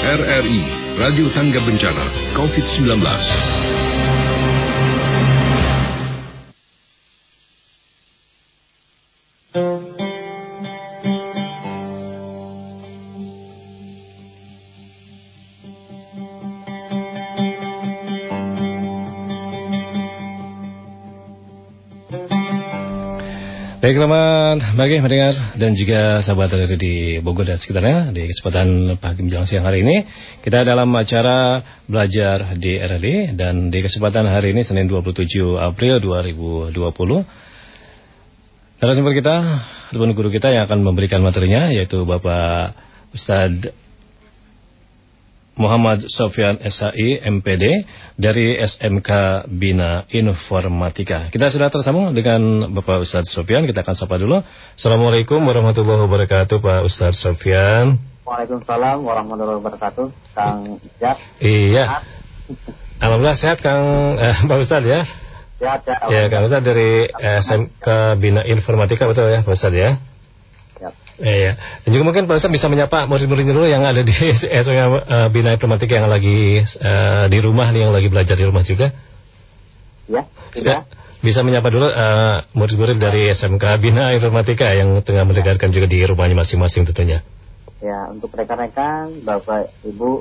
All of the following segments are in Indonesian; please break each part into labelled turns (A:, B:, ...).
A: RRI, Radio Tangga Bencana COVID-19.
B: Baik, selamat pagi mendengar dan juga sahabat dari di Bogor dan sekitarnya. Di kesempatan pagi menjelang siang hari ini kita dalam acara belajar di RRI, dan di kesempatan hari ini Senin 27 April 2020 narasumber kita, teman guru kita yang akan memberikan materinya yaitu Bapak Ustadz Muhammad Sofyan SAI MPD dari SMK Bina Informatika. Kita sudah tersambung dengan Bapak Ustadz Sofyan. Kita akan sapa dulu. Assalamualaikum warahmatullahi wabarakatuh, Pak Ustadz Sofyan.
C: Waalaikumsalam warahmatullahi wabarakatuh, Kang Ijat.
B: Iya. Alhamdulillah sehat, Kang Pak Ustadz ya.
C: Sehat ya.
B: Ya, Kang Ustadz dari SMK Bina Informatika, betul ya, Pak Ustadz ya. Iya. Dan juga mungkin Pak Ustadz bisa menyapa murid-murid dulu yang ada di SMK Bina Informatika yang lagi di rumah nih, yang lagi belajar di rumah juga.
C: Ya, sudah.
B: Bisa menyapa dulu murid-murid dari SMK Bina Informatika yang tengah mendengarkan juga di rumahnya masing-masing tentunya.
C: Ya, untuk rekan-rekan, Bapak Ibu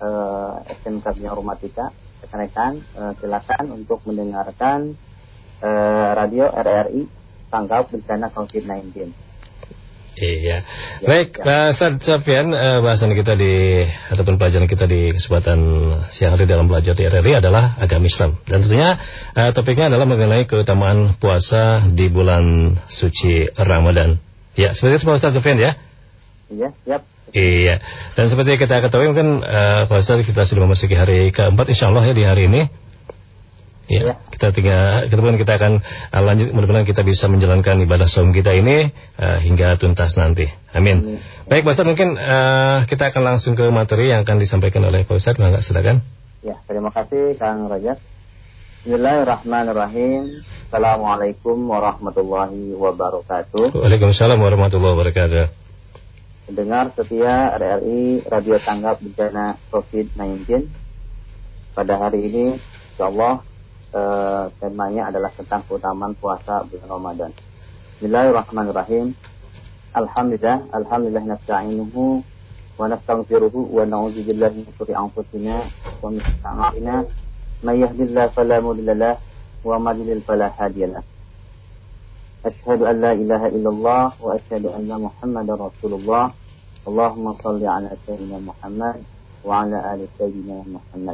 C: SMK Bina Informatika, rekan-rekan silakan untuk mendengarkan radio RRI Tanggap Bencana COVID-19.
B: Iya. Baik, Pak Ustadz Sofyan, bahasan kita ataupun pelajaran kita di kesempatan siang hari dalam belajar di RRI adalah agama Islam. Dan tentunya topiknya adalah mengenai keutamaan puasa di bulan suci Ramadan. Ya, seperti itu Pak Ustadz Sofyan ya?
C: Iya, siap.
B: Iya. Dan seperti kita ketahui mungkin Pak Ustadz kita sudah memasuki hari keempat insyaallah ya di hari ini. Ya, kita akan lanjut, mudah-mudahan kita bisa menjalankan ibadah saum kita ini hingga tuntas nanti. Amin. Baik, Pak Ustadz, mungkin kita akan langsung ke materi yang akan disampaikan oleh Pak Ustadz. Mangga, silakan.
C: Ya, terima kasih Kang Rajat. Bismillahirrahmanirrahim. Assalamualaikum warahmatullahi wabarakatuh.
B: Waalaikumsalam warahmatullahi wabarakatuh.
C: Pendengar setia RRI Radio Tanggap Bencana COVID-19. Pada hari ini, insyaallah temanya adalah tentang keutamaan puasa bulan Ramadan. Bismillahirrahmanirrahim. Alhamdulillah nasta'inuhu wa nastaghfiruhu wa na'udzu billahi min shururi anfusina wa min sayyiati a'malina. May yahdihillahu fala mudilla lahu wa may yudlil fala hadiya lahu. Asyhadu an la ilaha illallah wa asyhadu anna Muhammadar Rasulullah. Allahumma shalli ala sayyidina Muhammad wa ala ali sayyidina Muhammad.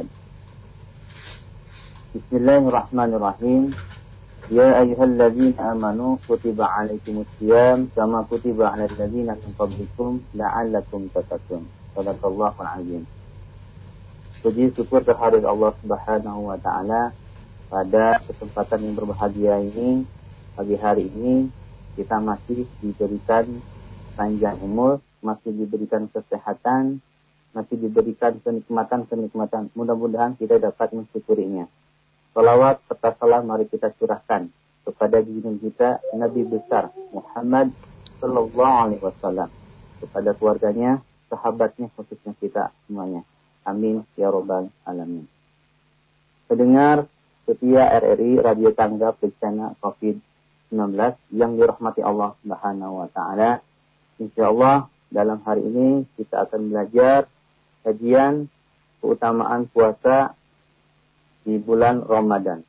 C: Bismillahirrahmanirrahim. Ya ayyuhalladzina amanu kutiba alaikumus syiyam kama kutiba alal ladzina min qablikum la'allakum tattaqun. Shadaqallahul azim. Puji syukur terhadap Allah Subhanahu wa taala, pada kesempatan yang berbahagia ini, pagi hari ini kita masih diberikan panjang umur, masih diberikan kesehatan, masih diberikan kenikmatan. Mudah-mudahan kita dapat mensyukurinya. Salawat serta salam mari kita curahkan kepada junjungan kita Nabi besar Muhammad sallallahu alaihi wasallam, kepada keluarganya, sahabatnya, khususnya kita semuanya. Amin ya rabbal alamin. Pendengar setia RRI Radio Tanggap Bencana COVID-19 yang dirahmati Allah Subhanahu wa taala. Insyaallah dalam hari ini kita akan belajar kajian keutamaan puasa di bulan Ramadan.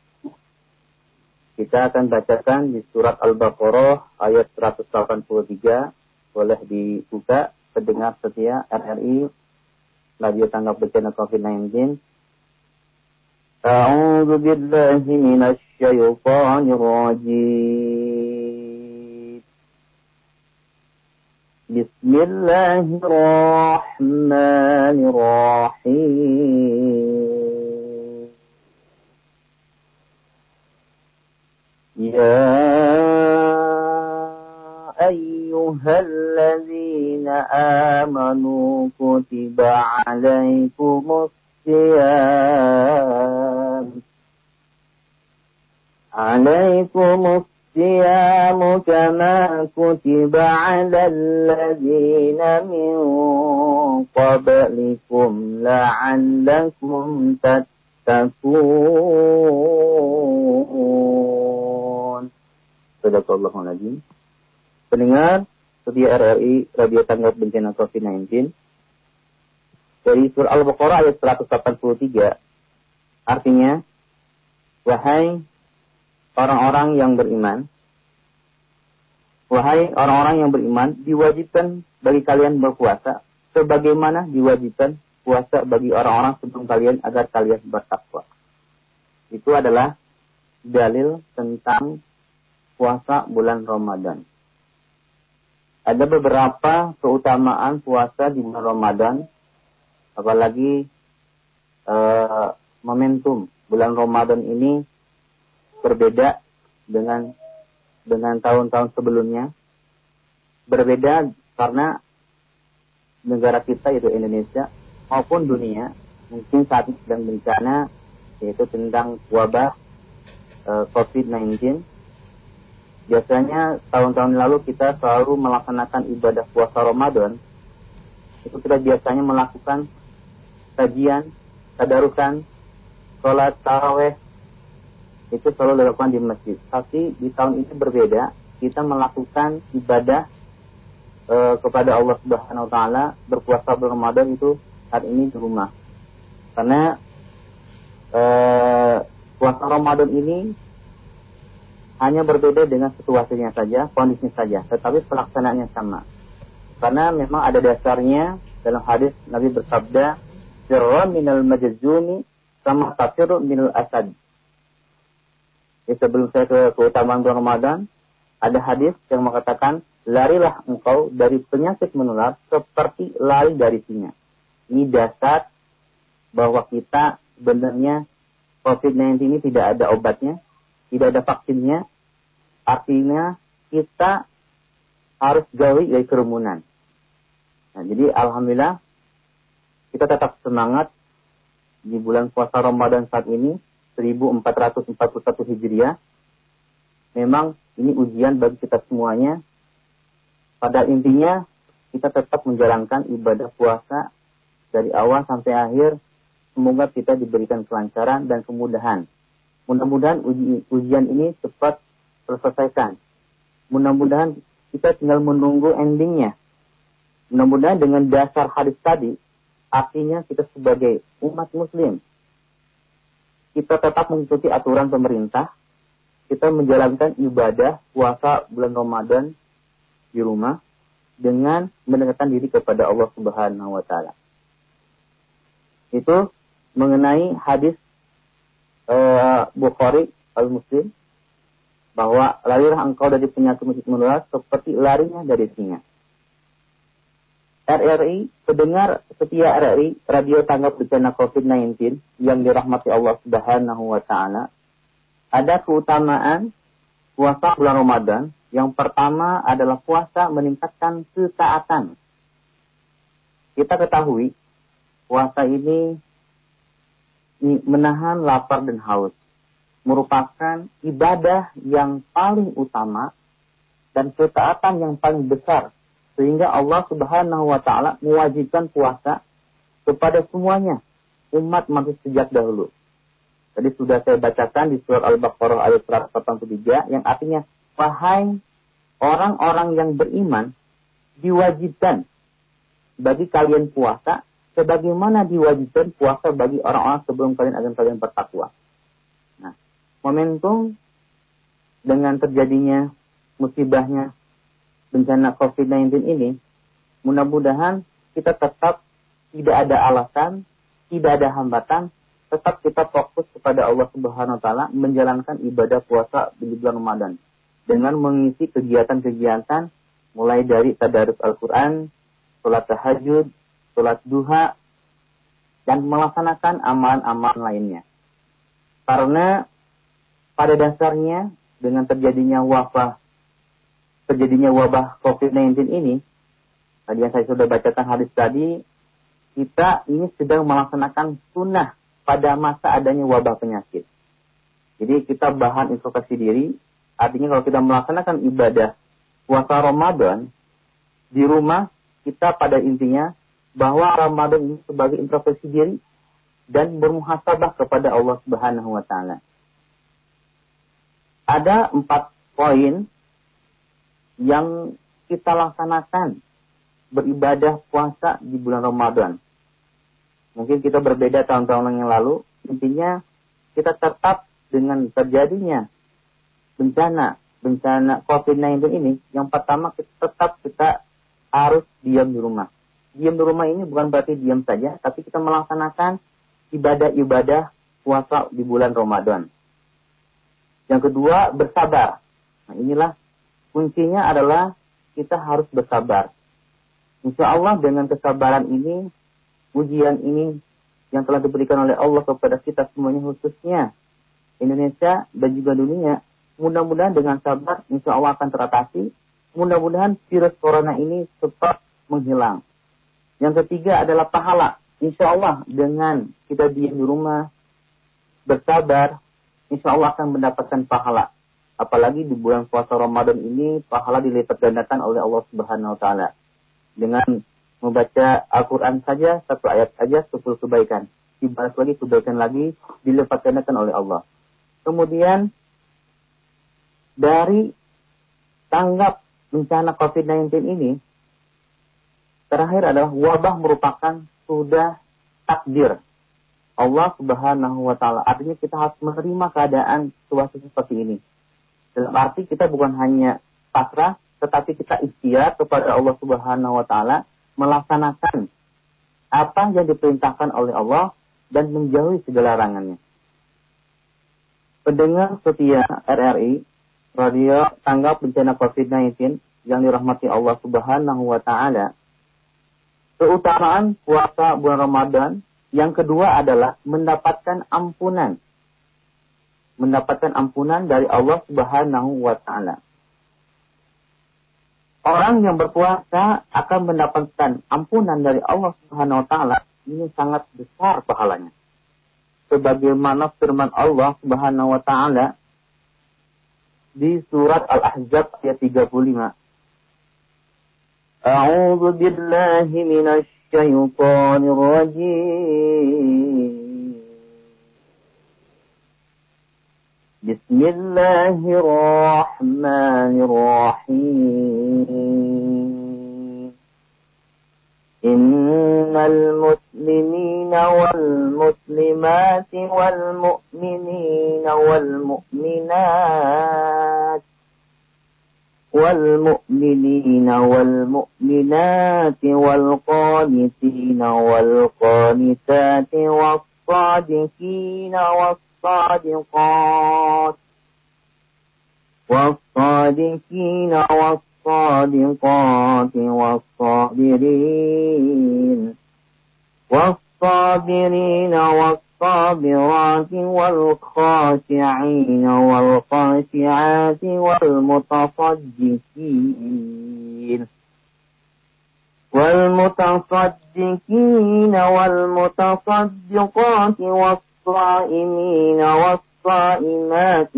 C: Kita akan bacakan di surat Al-Baqarah ayat 183. Boleh dibuka, pendengar setia RRI Radio Tanggap Bencana COVID-19. A'udzu billahi minasy syaithanir rajim. Bismillahirrahmanirrahim. يا أيها الذين آمنوا كتب عليكم الصيام كما كتب على الذين من qablikum la'allakum tattaqun. Sadaqallahul azim. Pendengar setia RRI Radio Tanggap Bencana COVID-19 dari surah Al-Baqarah ayat 183, artinya, wahai orang-orang yang beriman, diwajibkan bagi kalian berpuasa sebagaimana diwajibkan puasa bagi orang-orang sebelum kalian agar kalian bertakwa. Itu adalah dalil tentang puasa bulan Ramadan. Ada beberapa keutamaan puasa di bulan Ramadan, apalagi momentum bulan Ramadan ini berbeda dengan tahun-tahun sebelumnya. Berbeda karena negara kita yaitu Indonesia maupun dunia mungkin saat ini sedang bencana, yaitu tentang wabah COVID-19. Biasanya tahun-tahun lalu kita selalu melaksanakan ibadah puasa Ramadan. Itu kita biasanya melakukan kajian, tadarusan, sholat tarawih, itu selalu dilakukan di masjid. Tapi di tahun ini berbeda, kita melakukan ibadah kepada Allah Subhanahu Wa Taala, berpuasa bulan Ramadan itu saat ini di rumah. Karena puasa Ramadan ini hanya berbeda dengan situasinya saja, kondisinya saja, tetapi pelaksanaannya sama. Karena memang ada dasarnya dalam hadis Nabi bersabda, "Sirra minal majzumi sama tafirru minal asad." Jadi sebelum saya ke keutamaan bulan Ramadan, ada hadis yang mengatakan, larilah engkau dari penyakit menular seperti lari dari singa. Ini dasar bahwa kita sebenarnya COVID-19 ini tidak ada obatnya, tidak ada vaksinnya. Artinya kita harus jauhi dari kerumunan. Nah, jadi alhamdulillah kita tetap semangat di bulan puasa Ramadan saat ini 1441 Hijriah. Memang ini ujian bagi kita semuanya. Pada intinya kita tetap menjalankan ibadah puasa dari awal sampai akhir. Semoga kita diberikan kelancaran dan kemudahan. Mudah-mudahan ujian ini cepat terselesaikan. Mudah-mudahan kita tinggal menunggu endingnya. Mudah-mudahan dengan dasar hadis tadi, artinya kita sebagai umat muslim, kita tetap mengikuti aturan pemerintah, kita menjalankan ibadah puasa bulan Ramadan di rumah dengan mendekatkan diri kepada Allah Subhanahu Wa Taala. Itu mengenai hadis Bukhari Al-Muslim, bahwa larilah engkau dari penyakit menular seperti larinya dari singa. RRI, pendengar setia RRI, Radio Tanggap Bencana COVID-19 yang dirahmati Allah Subhanahu Wa Taala, ada keutamaan puasa bulan Ramadan. Yang pertama adalah puasa meningkatkan ketaatan. Kita ketahui puasa ini menahan lapar dan haus, merupakan ibadah yang paling utama dan ketaatan yang paling besar, sehingga Allah Subhanahu Wa Taala mewajibkan puasa kepada semuanya umat manusia sejak dahulu. Tadi sudah saya bacakan di surah Al-Baqarah ayat 183 yang artinya, wahai orang-orang yang beriman, diwajibkan bagi kalian puasa sebagaimana diwajibkan puasa bagi orang-orang sebelum kalian agar kalian bertakwa. Nah, momentum dengan terjadinya musibahnya bencana COVID-19 ini, mudah-mudahan kita tetap tidak ada alasan, tidak ada hambatan, tetap kita fokus kepada Allah Subhanahu Wa Taala menjalankan ibadah puasa di bulan Ramadan dengan mengisi kegiatan-kegiatan mulai dari tadarus Al-Quran, sholat tahajud, sholat duha, dan melaksanakan amalan-amalan lainnya. Karena pada dasarnya dengan terjadinya wabah COVID-19 ini, tadi yang saya sudah bacakan hadis tadi, kita ini sedang melaksanakan sunnah pada masa adanya wabah penyakit. Jadi kita bahan introspeksi diri, artinya kalau kita melaksanakan ibadah puasa Ramadan di rumah, kita pada intinya bahwa Ramadan ini sebagai introspeksi diri dan bermuhasabah kepada Allah Subhanahu wa taala. Ada 4 poin yang kita laksanakan beribadah puasa di bulan Ramadan. Mungkin kita berbeda tahun-tahun yang lalu. Intinya kita tetap dengan terjadinya bencana COVID-19 ini. Yang pertama kita harus diam di rumah. Diam di rumah ini bukan berarti diam saja, tapi kita melaksanakan ibadah-ibadah puasa di bulan Ramadan. Yang kedua, bersabar. Nah, inilah kuncinya adalah kita harus bersabar. Insya Allah dengan kesabaran ini, ujian ini yang telah diberikan oleh Allah kepada kita semuanya, khususnya Indonesia dan juga dunia, mudah-mudahan dengan sabar insya Allah akan teratasi. Mudah-mudahan virus corona ini cepat menghilang. Yang ketiga adalah pahala. Insya Allah dengan kita diam di rumah, bersabar, insya Allah akan mendapatkan pahala. Apalagi di bulan puasa Ramadan ini, pahala dilipat gandakan oleh Allah Subhanahu wa taala. Dengan membaca Al-Quran saja, 1 ayat saja, 10 kebaikan. Dibalas lagi, kebaikan lagi, dilipat gandakan oleh Allah. Kemudian, dari tanggap bencana COVID-19 ini, terakhir adalah wabah merupakan sudah takdir Allah Subhanahu wa taala. Artinya kita harus menerima keadaan situasi seperti ini. Dalam arti kita bukan hanya pasrah, tetapi kita ikhtiar kepada Allah Subhanahu wa taala, melaksanakan apa yang diperintahkan oleh Allah dan menjauhi segala larangannya. Pendengar setia RRI Radio Tanggap Bencana COVID-19 yang dirahmati Allah Subhanahu wa taala, keutamaan puasa bulan Ramadan yang kedua adalah mendapatkan ampunan. Mendapatkan ampunan dari Allah Subhanahu wa taala. Orang yang berpuasa akan mendapatkan ampunan dari Allah Subhanahu wa taala, ini sangat besar pahalanya. Sebagaimana firman Allah Subhanahu wa taala di surat Al-Ahzab ayat 35. A'udzu billahi minasy syaithanir rajim. Bismillahirrahmanirrahim. Innal muslimina wal muslimati wal mu'minina wal mu'minat والمؤمنين والمؤمنات والقانتين والقانتات والصادقين والصادقات والصادقين والصادقات والصابرين والصابرات والخاشعين والخاشعات والمتصدقين والمتصدقات والصائمين والصائمات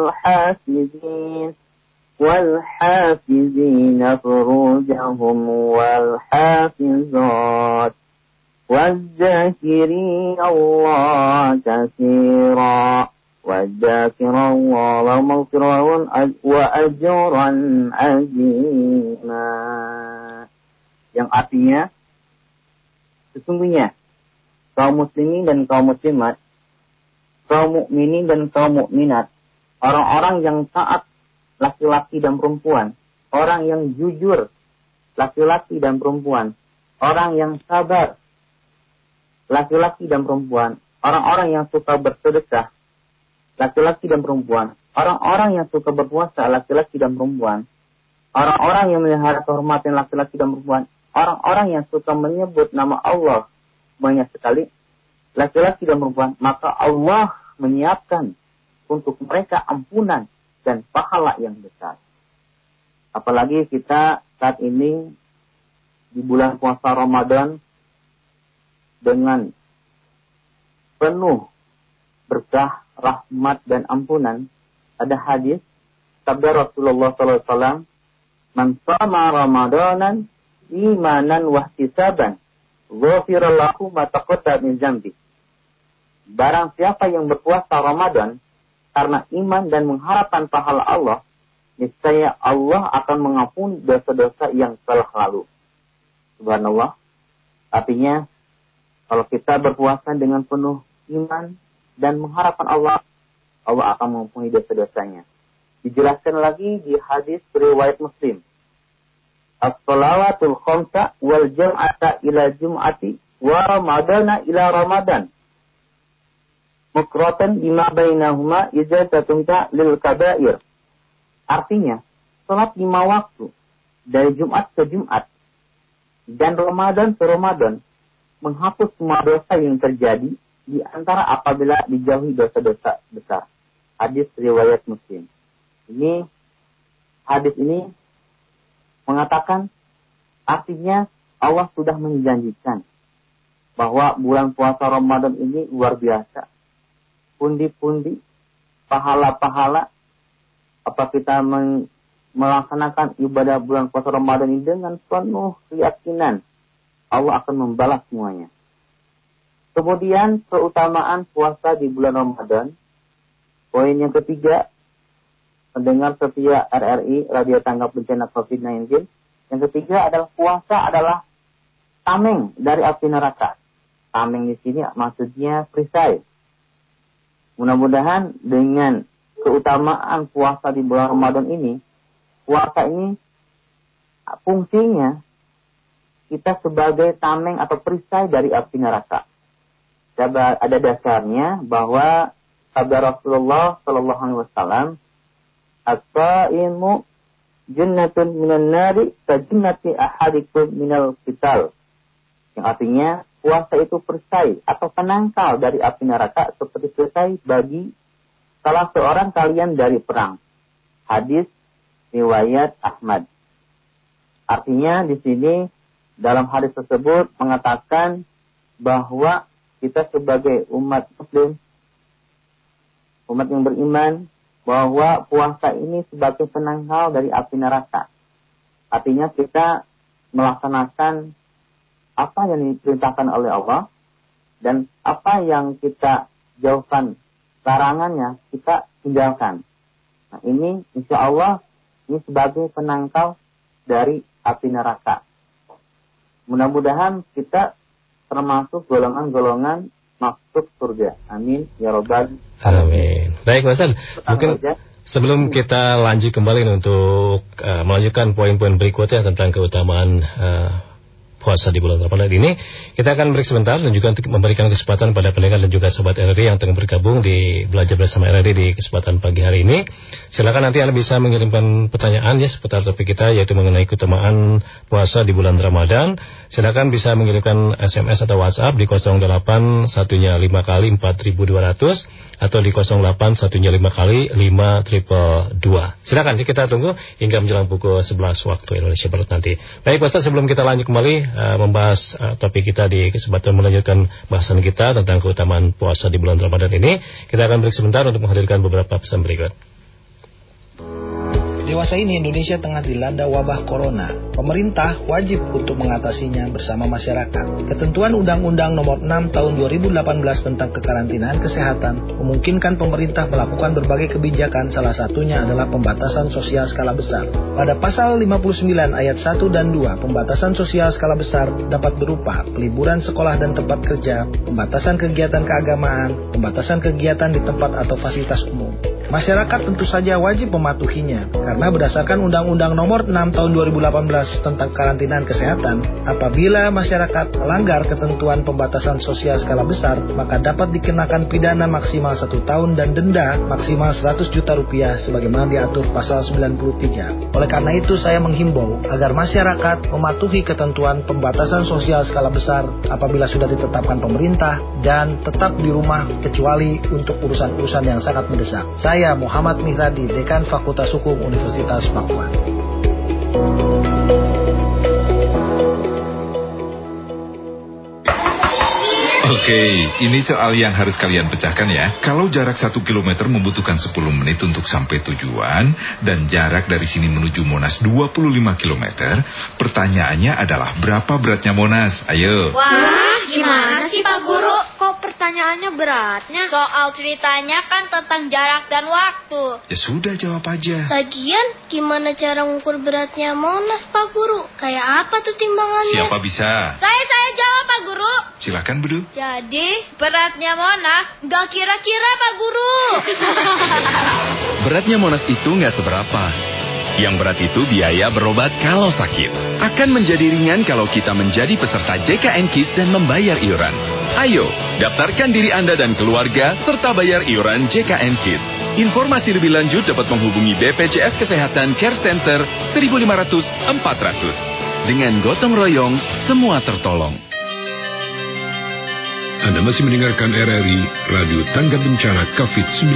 C: والحافظين فروجهم والحافظات والذاكرين الله كثيرا والذاكر الله مغفرا وأجرا عظيما. Yang artinya, sesungguhnya kaum muslimin dan kaum muslimat, kaum mukminin dan kaum mukminat, orang-orang yang taat laki-laki dan perempuan, orang yang jujur laki-laki dan perempuan, orang yang sabar laki-laki dan perempuan, orang-orang yang suka bersedekah laki-laki dan perempuan, orang-orang yang suka berpuasa laki-laki dan perempuan, orang-orang yang melihara kehormatan laki-laki dan perempuan, orang-orang yang suka menyebut nama Allah banyak sekali laki-laki dan perempuan, maka Allah menyiapkan untuk mereka ampunan dan pahala yang besar. Apalagi kita saat ini di bulan puasa Ramadan dengan penuh berkah, rahmat dan ampunan. Ada hadis sabda Rasulullah SAW, "Man shama Ramadanan imanan wa ihtisaban, ghufira lahu ma taqaddama min dzambi. Barang siapa yang berpuasa Ramadan karena iman dan mengharapkan pahala Allah, niscaya Allah akan mengampuni dosa-dosa yang telah lalu. Subhanallah. Artinya, kalau kita berpuasa dengan penuh iman dan mengharapkan Allah, Allah akan mengampuni dosa-dosanya. Dijelaskan lagi di hadis riwayat Muslim. As-salawatul khamsa wal jum'ata ila jum'ati wa ramadana ila ramadan. Mukratan bima bainahuma ijazatun lil kabair. Artinya, salat 5 waktu dari Jumat ke Jumat dan Ramadan ke Ramadan menghapus semua dosa yang terjadi di antara apabila dijauhi dosa-dosa besar. Hadis riwayat Muslim. Hadis ini mengatakan artinya Allah sudah menjanjikan bahwa bulan puasa Ramadan ini luar biasa. Pundi-pundi, pahala-pahala, apa kita melaksanakan ibadah bulan puasa Ramadan ini dengan penuh keyakinan Allah akan membalas semuanya. Kemudian keutamaan puasa di bulan Ramadan. Poin yang ketiga, pendengar setia RRI Radio Tanggap Bencana COVID-19. Yang ketiga adalah puasa adalah tameng dari api neraka. Tameng di sini maksudnya perisai. Mudah-mudahan dengan keutamaan puasa di bulan Ramadan ini, puasa ini fungsinya kita sebagai tameng atau perisai dari api neraka. Ada dasarnya bahwa sabda Rasulullah Sallallahu Alaihi Wasallam, "As-saimu jannatun minan nari kajannati ahadikum minal qital." Yang artinya puasa itu perisai atau penangkal dari api neraka seperti perisai bagi salah seorang kalian dari perang. Hadis riwayat Ahmad. Artinya di sini dalam hadis tersebut mengatakan bahwa kita sebagai umat Muslim, umat yang beriman, bahwa puasa ini sebagai penangkal dari api neraka. Artinya kita melaksanakan apa yang diperintahkan oleh Allah dan apa yang kita jauhkan larangannya kita tinggalkan. Nah, ini insya Allah ini sebagai penangkal dari api neraka. Mudah-mudahan kita termasuk golongan-golongan masuk surga. Amin ya robbal
B: alamin. Baik, Mas Hasan, mungkin sebelum kita lanjut kembali untuk melanjutkan poin-poin berikutnya tentang keutamaan puasa di bulan Ramadan ini, kita akan break sebentar dan juga untuk memberikan kesempatan pada pendengar dan juga sobat RRI yang tengah bergabung di Belajar Bersama RRI di kesempatan pagi hari ini. Silakan nanti Anda bisa mengirimkan pertanyaan ya seputar topik kita, yaitu mengenai keutamaan puasa di bulan Ramadan. Silakan bisa mengirimkan SMS atau WhatsApp di 08 1nya 5 kali 4200 atau di 08 1nya 5 kali 5222. Silakan kita tunggu hingga menjelang pukul 11 waktu Indonesia Barat nanti. Baik, Pak Ustaz, sebelum kita lanjut kembali membahas topik kita di kesempatan melanjutkan bahasan kita tentang keutamaan puasa di bulan Ramadan ini, kita akan break sebentar untuk menghadirkan beberapa pesan berikut.
D: Dewasa ini Indonesia tengah dilanda wabah corona. Pemerintah wajib untuk mengatasinya bersama masyarakat. Ketentuan Undang-Undang Nomor 6 Tahun 2018 tentang kekarantinaan kesehatan memungkinkan pemerintah melakukan berbagai kebijakan, salah satunya adalah pembatasan sosial skala besar. Pada pasal 59 ayat 1 dan 2, pembatasan sosial skala besar dapat berupa peliburan sekolah dan tempat kerja, pembatasan kegiatan keagamaan, pembatasan kegiatan di tempat atau fasilitas umum. Masyarakat tentu saja wajib mematuhinya, karena berdasarkan Undang-Undang Nomor 6 Tahun 2018 tentang karantinaan kesehatan, apabila masyarakat melanggar ketentuan pembatasan sosial skala besar, maka dapat dikenakan pidana maksimal 1 tahun dan denda maksimal 100 juta rupiah sebagaimana diatur pasal 93. Oleh karena itu saya menghimbau agar masyarakat mematuhi ketentuan pembatasan sosial skala besar apabila sudah ditetapkan pemerintah dan tetap di rumah kecuali untuk urusan-urusan yang sangat mendesak. Saya Muhammad Mihradi, Dekan Fakultas Hukum Universitas Papua.
E: Oke, ini soal yang harus kalian pecahkan ya. Kalau jarak 1 kilometer membutuhkan 10 menit untuk sampai tujuan, dan jarak dari sini menuju Monas 25 kilometer, pertanyaannya adalah berapa beratnya Monas? Ayo.
F: Wah, gimana sih Pak Guru?
G: Kok pertanyaannya beratnya?
F: Soal ceritanya kan tentang jarak dan waktu.
E: Ya sudah, jawab aja.
G: Lagian, gimana cara ngukur beratnya Monas, Pak Guru? Kayak apa tuh timbangannya?
E: Siapa bisa?
F: Saya jawab Pak Guru.
E: Silakan, Bedu.
F: Jadi, beratnya Monas nggak kira-kira Pak Guru.
H: Beratnya Monas itu nggak seberapa. Yang berat itu biaya berobat kalau sakit. Akan menjadi ringan kalau kita menjadi peserta JKN KIS dan membayar iuran. Ayo, daftarkan diri Anda dan keluarga serta bayar iuran JKN KIS. Informasi lebih lanjut dapat menghubungi BPJS Kesehatan Care Center 1500-400. Dengan gotong royong, semua tertolong.
A: Anda masih mendengarkan RRI Radio Tangga Bencana COVID-19.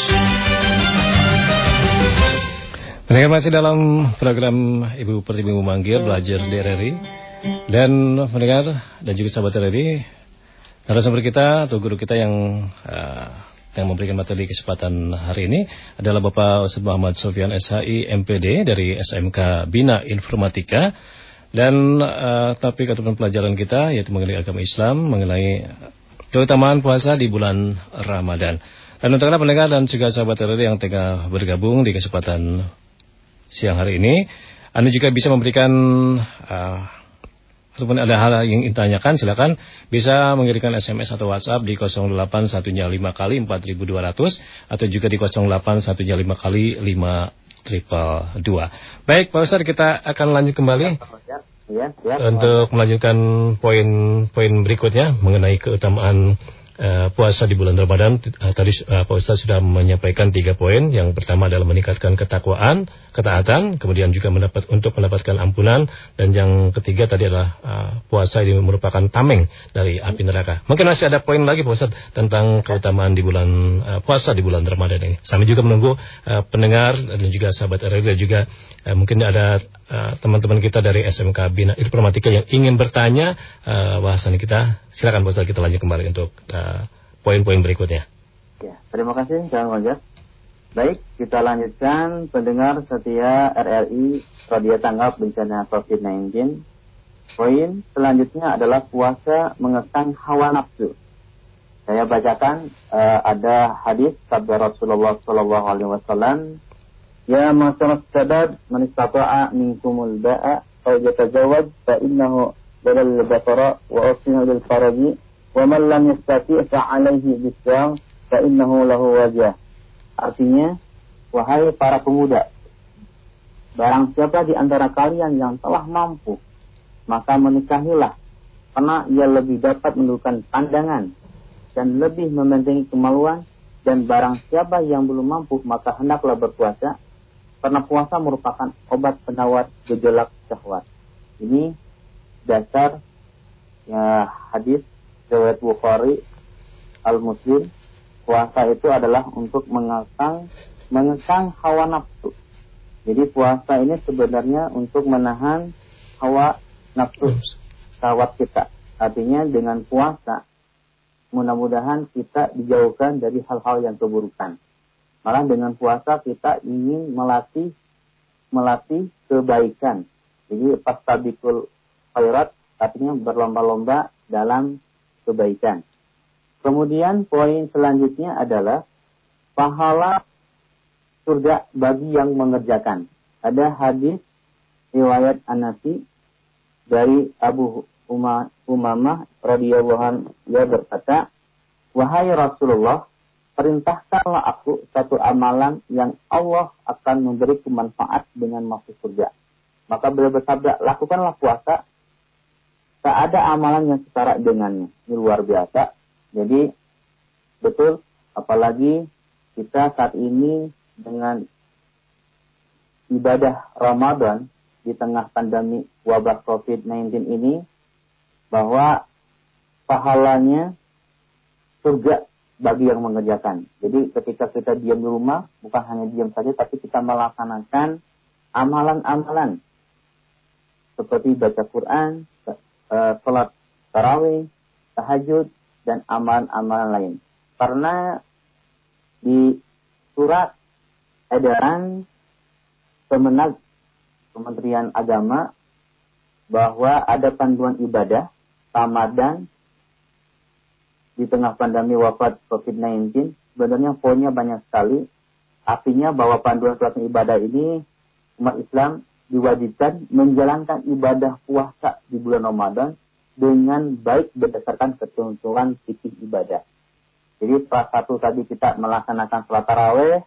B: Pendengar masih dalam program Ibu Pertiwi memanggil belajar di RRI. Dan pendengar dan juga sahabat RRI, narasumber kita atau guru kita yang memberikan materi kesempatan hari ini adalah Bapak Ustaz Muhammad Sofyan SHI MPD dari SMK Bina Informatika. Dan topik ataupun pelajaran kita yaitu mengenai agama Islam, mengenai keutamaan puasa di bulan Ramadan. Dan untuk Anda pendengar dan juga sahabat RRI yang tengah bergabung di kesempatan siang hari ini, Anda juga bisa memberikan ataupun ada hal yang ingin tanyakan, silakan bisa mengirimkan SMS atau WhatsApp di 0815 kali 4200 atau juga di 0815 kali 5222. Baik, Pak Ustaz, kita akan lanjut kembali untuk melanjutkan poin berikutnya mengenai keutamaan puasa di bulan Ramadan. Tadi Pak Ustaz sudah menyampaikan 3 poin. Yang pertama adalah meningkatkan ketakwaan, ketaatan, kemudian juga untuk mendapatkan ampunan, dan yang ketiga tadi adalah puasa ini merupakan tameng dari api neraka. Mungkin masih ada poin lagi Pak Ustaz tentang keutamaan di bulan puasa di bulan Ramadan ini. Sambil juga menunggu pendengar dan juga sahabat RRI dan juga mungkin ada teman-teman kita dari SMK Bina Informatika yang ingin bertanya bahasan kita. Silakan Pak Ustaz, kita lanjut kembali untuk poin-poin berikutnya.
C: Ya, terima kasih Kang Fajar. Baik, kita lanjutkan pendengar setia RRI Radio Tanggap Bencana COVID-19. Poin selanjutnya adalah puasa mengekang hawa nafsu. Saya bacakan ada hadis sabda Rasulullah SAW. Ya masyarakat sabab man istata'a minkumul ba'a aw yatazawwaj fa innahu badal al-baqara wa asina lil faraji wa man lam yastati' fa alayhi bisyam fa innahu lahu wajah. Artinya, wahai para pemuda, barang siapa di antara kalian yang telah mampu, maka menikahilah, karena ia lebih dapat menundukkan pandangan dan lebih mementingi kemaluan. Dan barang siapa yang belum mampu, maka hendaklah berpuasa, karena puasa merupakan obat penawar gejolak syahwat. Ini dasar ya, hadis riwayat Bukhari Al-Muslim. Puasa itu adalah untuk mengekang hawa nafsu. Jadi puasa ini sebenarnya untuk menahan hawa nafsu syahwat kita. Artinya dengan puasa mudah-mudahan kita dijauhkan dari hal-hal yang keburukan. Malah dengan puasa kita ingin melatih kebaikan. Jadi fastabiqul khairat, artinya berlomba-lomba dalam kebaikan. Kemudian poin selanjutnya adalah pahala surga bagi yang mengerjakan. Ada hadis riwayat Anasi dari Abu Umamah radhiyallahu anhu, dia berkata, wahai Rasulullah, perintahkanlah aku satu amalan yang Allah akan memberiku manfaat dengan masuk surga. Maka beliau bersabda, lakukanlah puasa. Tak ada amalan yang setara dengannya. Ini luar biasa. Jadi betul, apalagi kita saat ini dengan ibadah Ramadan di tengah pandemi wabah COVID-19 ini, bahwa pahalanya surga bagi yang mengerjakan. Jadi ketika kita diam di rumah, bukan hanya diam saja, tapi kita melaksanakan amalan-amalan seperti baca Quran, salat tarawih, tahajud, dan amalan-amalan lain. Karena di surat edaran Kementerian Agama bahwa ada panduan ibadah Ramadan di tengah pandemi wabah COVID-19. Sebenarnya poinnya banyak sekali. Artinya bahwa panduan surat ibadah ini umat Islam diwajibkan menjalankan ibadah puasa di bulan Ramadan dengan baik berdasarkan ketentuan fikih ibadah. Jadi salah satu tadi kita melaksanakan salat tarawih,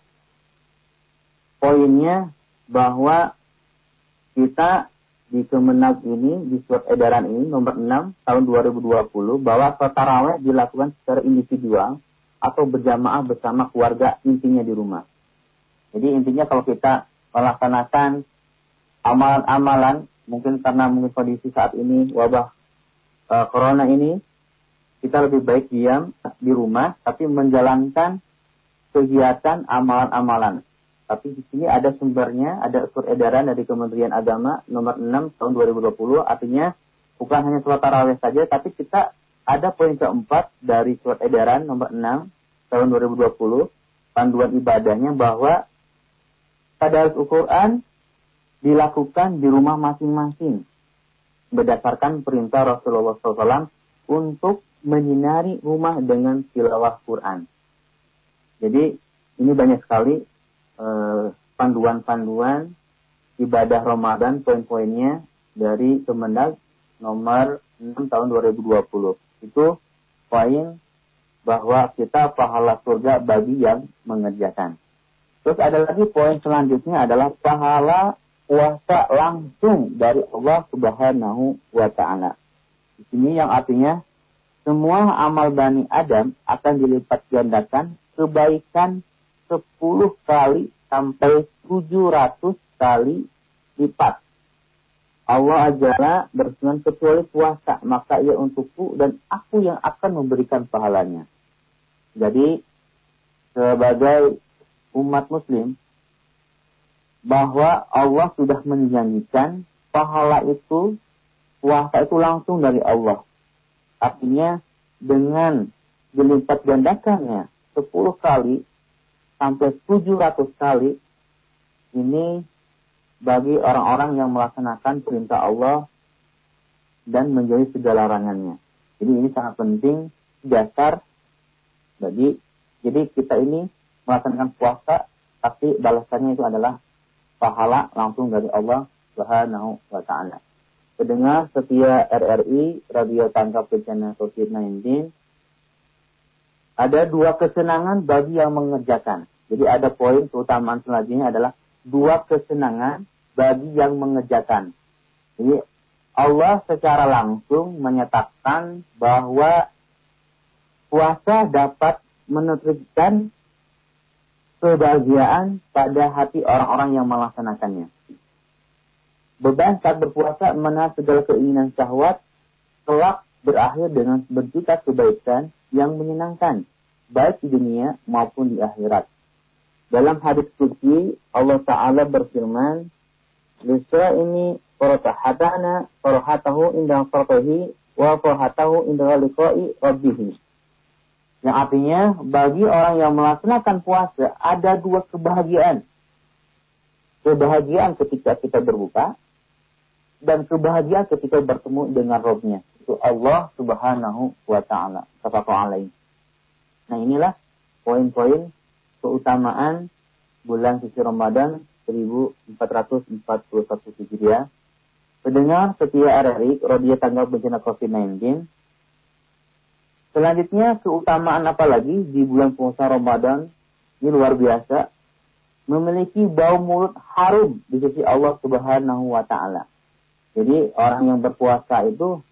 C: poinnya bahwa kita di Kemenag ini, di surat edaran ini nomor 6 tahun 2020, bahwa salat tarawih dilakukan secara individual atau berjamaah bersama keluarga, intinya di rumah. Jadi intinya kalau kita melaksanakan amalan-amalan, mungkin karena kondisi saat ini wabah corona ini, kita lebih baik diam di rumah, tapi menjalankan kegiatan amalan-amalan. Tapi di sini ada sumbernya, ada surat edaran dari Kementerian Agama nomor 6 tahun 2020, artinya bukan hanya sholat tarawih saja, tapi kita ada poin keempat dari surat edaran nomor 6 tahun 2020, panduan ibadahnya bahwa tadarus Al-Quran dilakukan di rumah masing-masing berdasarkan perintah Rasulullah SAW untuk menyinari rumah dengan tilawah Quran. Jadi ini banyak sekali panduan-panduan ibadah Ramadan, poin-poinnya dari Kemendag nomor 6 tahun 2020. Itu poin bahwa kita pahala surga bagi yang mengerjakan. Terus ada lagi poin selanjutnya adalah pahala puasa langsung dari Allah Subhanahu wa Ta'ala. Di sini yang artinya semua amal Bani Adam akan dilipat gandakan kebaikan 10 kali sampai 700 kali lipat. Allah Ajalla berfirman, kecuali puasa, maka ia untukku dan aku yang akan memberikan pahalanya. Jadi sebagai umat muslim, bahwa Allah sudah menjanjikan pahala itu, puasa itu langsung dari Allah. Artinya dengan dilipat gandakannya 10 kali sampai 700 kali, ini bagi orang-orang yang melaksanakan perintah Allah dan menjauhi segala larangannya. Jadi ini sangat penting, dasar bagi, jadi kita ini melaksanakan puasa, tapi balasannya itu adalah pahala langsung dari Allah Subhanahu wa Ta'ala. Pendengar setia RRI Radio Tanggap Bencana COVID-19, ada 2 kesenangan bagi yang mengerjakan. Jadi ada poin keutamaan selanjutnya adalah 2 kesenangan bagi yang mengerjakan. Jadi Allah secara langsung menyatakan bahwa puasa dapat menerbitkan kebahagiaan pada hati orang-orang yang melaksanakannya. Beban saat berpuasa menahan segala keinginan syahwat, kelak berakhir dengan berjuta kebaikan yang menyenangkan, baik di dunia maupun di akhirat. Dalam hadis qudsi, Allah Ta'ala berfirman, Lisa ini farahatahu inda farqihi wa farahatahu inda liqa'i rabbih. Yang artinya, bagi orang yang melaksanakan puasa, ada 2 kebahagiaan. Kebahagiaan ketika kita berbuka, dan kebahagiaan ketika bertemu dengan Rabb-Nya. Itu Allah Subhanahu wa Ta'ala. Nah inilah poin-poin keutamaan bulan suci Ramadan 1441 Hijriah. Pendengar setia RRI Radio Tanggap Bencana COVID-19. Selanjutnya keutamaan apa lagi di bulan puasa Ramadan? Ini luar biasa. Memiliki bau mulut harum di sisi Allah Subhanahu wa Ta'ala. Jadi orang yang berpuasa itu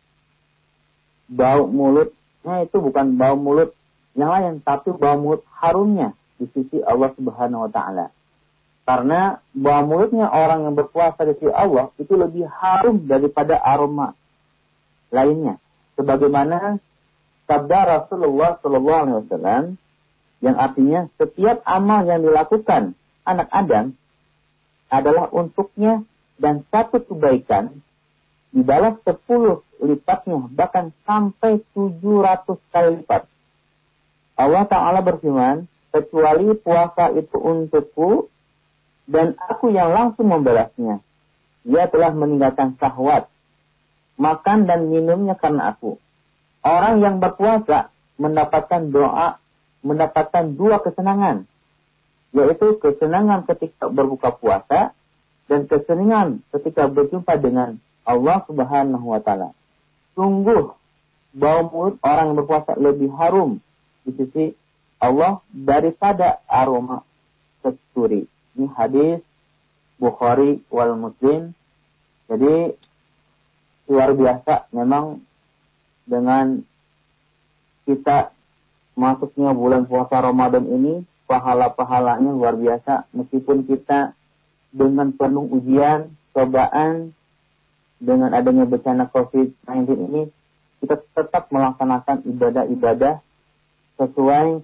C: bau mulutnya itu bukan bau mulut yang lain, tapi bau mulut harumnya di sisi Allah Subhanahu wa Ta'ala. Karena bau mulutnya orang yang berpuasa di sisi Allah itu lebih harum daripada aroma lainnya. Sebagaimana sabda Rasulullah SAW yang artinya setiap amal yang dilakukan anak Adam adalah untuknya dan satu kebaikan dibalas 10 lipatnya, bahkan sampai 700 kali lipat. Allah Ta'ala berfirman, kecuali puasa itu untukku dan aku yang langsung membalasnya. Dia telah meninggalkan syahwat, makan dan minumnya karena aku. Orang yang berpuasa mendapatkan dua kesenangan, yaitu kesenangan ketika berbuka puasa dan kesenangan ketika berjumpa dengan Allah Subhanahu wa Ta'ala. Sungguh bau mulut orang yang berpuasa lebih harum di sisi Allah daripada aroma kasturi. Ini hadis Bukhari wal Muslim. Jadi luar biasa memang dengan kita masuknya bulan puasa Ramadan ini, pahala-pahalanya luar biasa. Meskipun kita dengan penuh ujian, cobaan, dengan adanya bencana COVID-19 ini, kita tetap melaksanakan ibadah-ibadah sesuai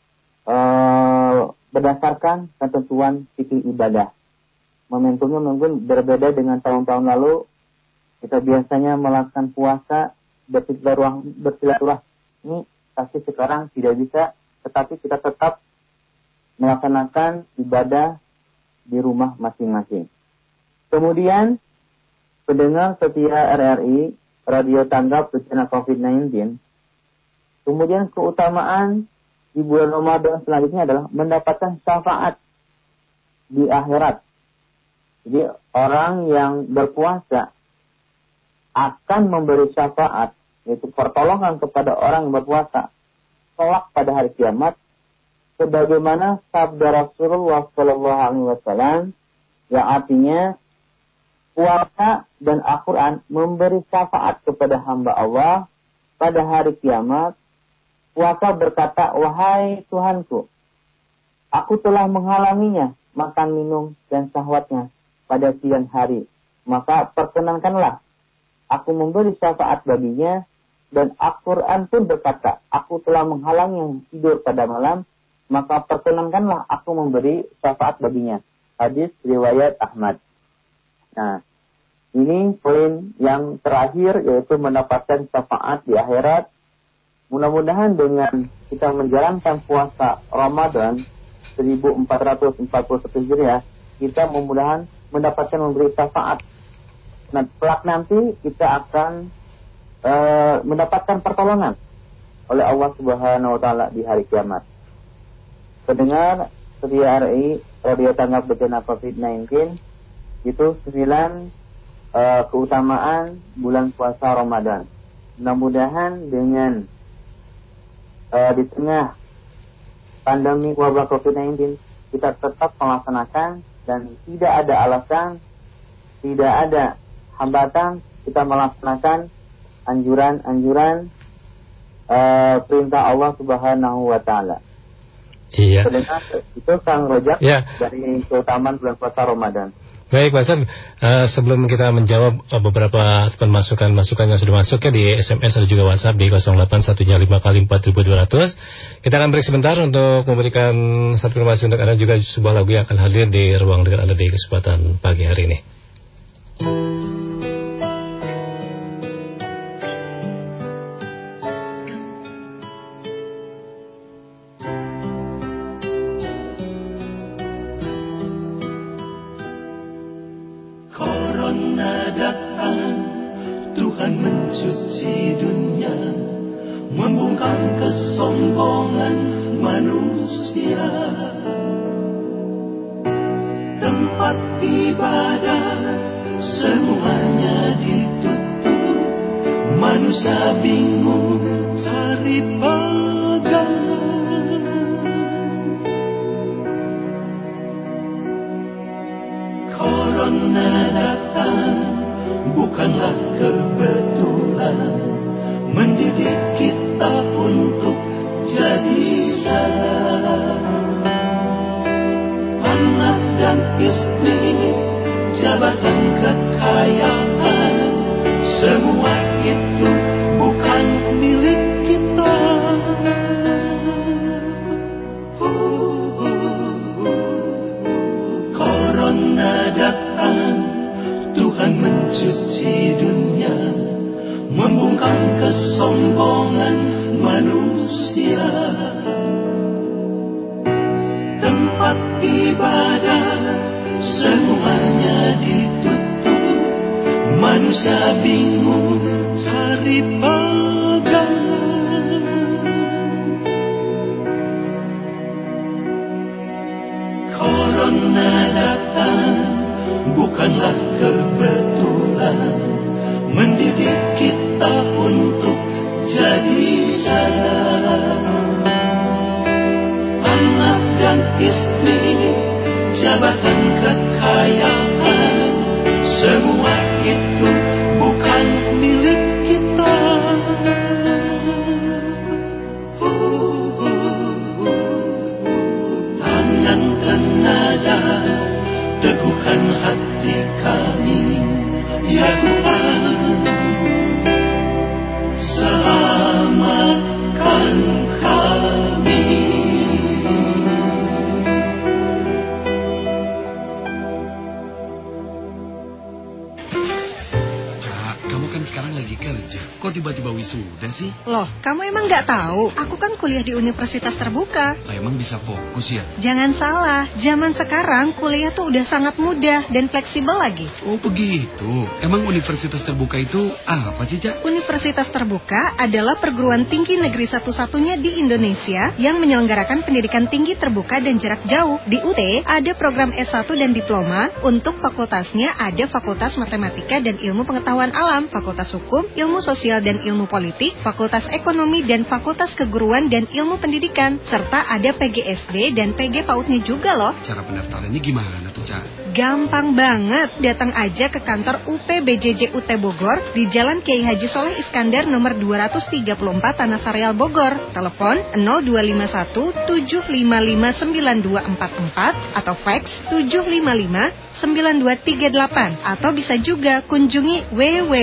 C: berdasarkan ketentuan fikih ibadah. Momentumnya mungkin berbeda dengan tahun-tahun lalu. Kita biasanya melakukan puasa bersilaturahmi, tapi sekarang tidak bisa. Tetapi kita tetap melaksanakan ibadah di rumah masing-masing. Kemudian pendengar setia RRI Radio Tanggap Bencana COVID-19. Kemudian keutamaan di bulan Ramadan selanjutnya adalah mendapatkan syafaat di akhirat. Jadi orang yang berpuasa akan memberi syafaat, yaitu pertolongan kepada orang yang berpuasa kelak pada hari kiamat, sebagaimana sabda Rasulullah SAW yang artinya puasa dan Al-Quran memberi syafaat kepada hamba Allah pada hari kiamat. Puasa berkata, wahai Tuhanku, aku telah menghalanginya makan minum dan syahwatnya pada siang hari. Maka perkenankanlah aku memberi syafaat baginya. Dan Al-Quran pun berkata, aku telah menghalangi yang tidur pada malam. Maka perkenankanlah aku memberi syafaat baginya. Hadis riwayat Ahmad. Nah, ini poin yang terakhir, yaitu mendapatkan syafaat di akhirat. Mudah-mudahan dengan kita menjalankan puasa Ramadan 1441 Hijriah, kita mudah-mudahan mendapatkan memberi syafaat. Nah, kelak nanti kita akan mendapatkan pertolongan oleh Allah Subhanahu wa Ta'ala di hari kiamat. Pendengar setia RI Radio Tanggap Bencana COVID-19, itu 9 keutamaan bulan puasa Ramadan. Mudah-mudahan dengan di tengah pandemi wabah COVID-19 kita tetap melaksanakan dan tidak ada alasan, tidak ada hambatan kita melaksanakan anjuran-anjuran perintah Allah Subhanahu wa Ta'ala.
B: Iya.
C: Itu Kang Rojak
B: ya.
C: Dari keutamaan bulan puasa Ramadan.
B: Baik Pak Ustaz, sebelum kita menjawab beberapa masukan-masukan yang sudah masuk ya di SMS dan juga WhatsApp di 0815542200, kita akan break sebentar untuk memberikan satu informasi untuk Anda, juga sebuah lagu yang akan hadir di ruang dengan Anda di kesempatan pagi hari ini.
I: Semua itu bukan milik manusia bingung cari pegangan. Corona datang bukanlah kebetulan, mendidik kita untuk jadi sadar. Anak dan istri, jabatan, kekayaan, semua itu bukan milik kita. Tangan tenada, teguhkan hati kami, ya Tuhan. Selamatkan kami.
J: Sekarang lagi kerja, kok tiba-tiba wisuda sih?
K: Loh, kamu emang nggak tahu? Aku kan kuliah di universitas terbuka.
J: Lah emang bisa fokus ya?
K: Jangan salah, zaman sekarang kuliah tuh udah sangat mudah dan fleksibel lagi.
J: Oh begitu, emang universitas terbuka itu apa sih, Cak?
K: Universitas terbuka adalah perguruan tinggi negeri satu-satunya di Indonesia yang menyelenggarakan pendidikan tinggi terbuka dan jarak jauh. Di UT ada program S1 dan diploma, untuk fakultasnya ada Fakultas Matematika dan Ilmu Pengetahuan Alam, Fakultas Hukum, Ilmu Sosial dan Ilmu Politik, Fakultas Ekonomi dan Fakultas Keguruan dan Ilmu Pendidikan, serta ada PGSD dan PG PAUD-nya juga loh.
J: Cara pendaftarannya gimana tuh, Cak?
K: Gampang banget, datang aja ke kantor UPBJJ UT Bogor di Jalan Kiai Haji Soleh Iskandar nomor 234 Tanah Sareal Bogor. Telepon 0251 755 9244 atau fax 755 9238, atau bisa juga kunjungi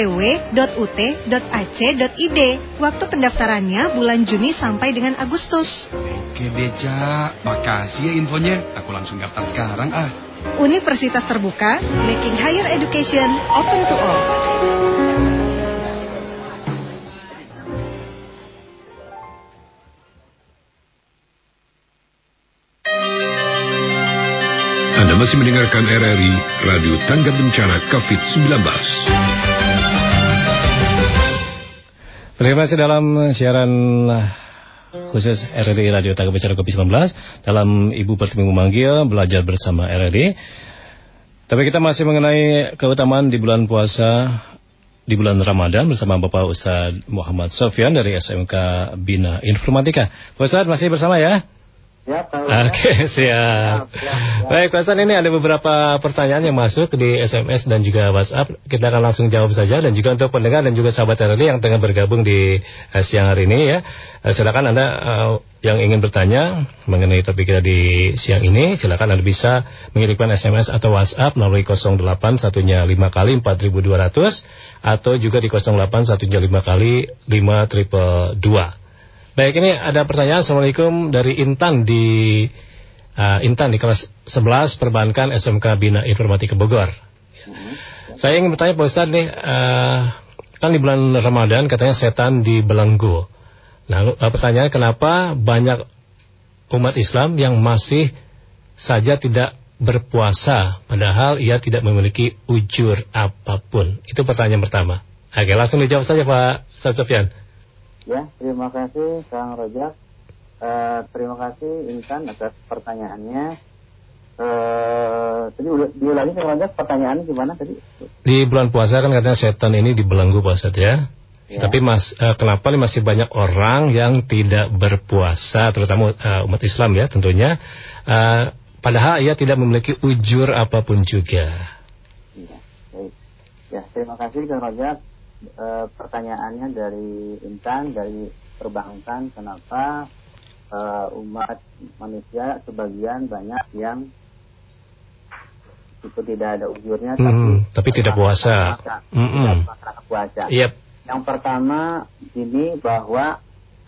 K: www.ut.ac.id. Waktu pendaftarannya bulan Juni sampai dengan Agustus.
J: Oke deh, Cak. Makasih ya infonya. Aku langsung daftar sekarang ah.
K: Universitas Terbuka, making higher education open to all.
A: Anda masih mendengarkan RRI Radio Tangga Bencana COVID-19.
B: Terima kasih dalam siaran khusus RRI Radio Tangga Bencana COVID-19 dalam Ibu Pertiwi memanggil belajar bersama RRI. Tapi kita masih mengenai keutamaan di bulan puasa, di bulan Ramadan bersama Bapak Ustadz Muhammad Sofyan dari SMK Bina Informatika. Pak Ustadz masih bersama ya?
C: Ya,
B: Oke, siap. Baik, Pak Ustadz, ini ada beberapa pertanyaan yang masuk di SMS dan juga WhatsApp. Kita akan langsung jawab saja, dan juga untuk pendengar dan juga sahabat RRI yang tengah bergabung di siang hari ini ya. Silakan Anda yang ingin bertanya mengenai topik kita di siang ini, silakan Anda bisa mengirimkan SMS atau WhatsApp melalui 08 1-nya 5 kali 4200 atau juga di 08 1-nya 5 kali 5222. Baik, ini ada pertanyaan. Assalamualaikum dari Intan di kelas 11 Perbankan SMK Bina Informatika Bogor. Saya ingin bertanya Pak Ustadz nih, kan di bulan Ramadan katanya setan dibelenggu. Nah, pertanyaannya kenapa banyak umat Islam yang masih saja tidak berpuasa padahal ia tidak memiliki ujur apapun? Itu pertanyaan pertama. Oke, langsung dijawab saja Pak Ustadz Sofyan.
C: Ya, terima kasih Kang Rojak. Terima kasih Intan atas pertanyaannya. Tadi diulangi Kang Rojak, pertanyaannya gimana tadi?
B: Di bulan puasa kan katanya setan ini dibelenggu Pak Ustadz ya. Tapi kenapa nih masih banyak orang yang tidak berpuasa, terutama umat Islam ya tentunya, padahal ia tidak memiliki ujur apapun juga.
C: Ya, baik. Ya, terima kasih Kang Rojak. Pertanyaannya dari Intan, dari Perbankan, kenapa umat manusia sebagian banyak yang itu tidak ada ujurnya
B: tapi tidak puasa.
C: Tidak puasa.
B: Yep.
C: Yang pertama ini bahwa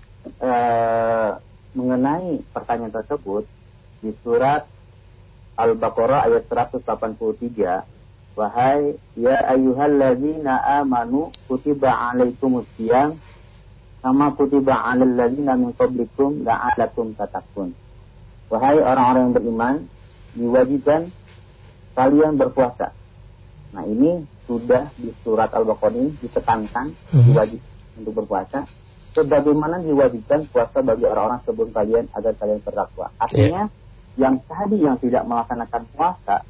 C: mengenai pertanyaan tersebut di surat Al-Baqarah ayat 183, wahai ya ayyuhalladzina amanu kutiba alaikumusiyam kama kutiba alal ladzina min qablikum la'allakum tattaqun. Wahai orang-orang yang beriman, diwajibkan kalian berpuasa Nah ini sudah di surat Al-Baqarah ini ditekankan diwajib untuk berpuasa, sebagaimana diwajibkan puasa bagi orang-orang sebelum kalian agar kalian bertakwa. Artinya yang tadi yang tidak melaksanakan puasa,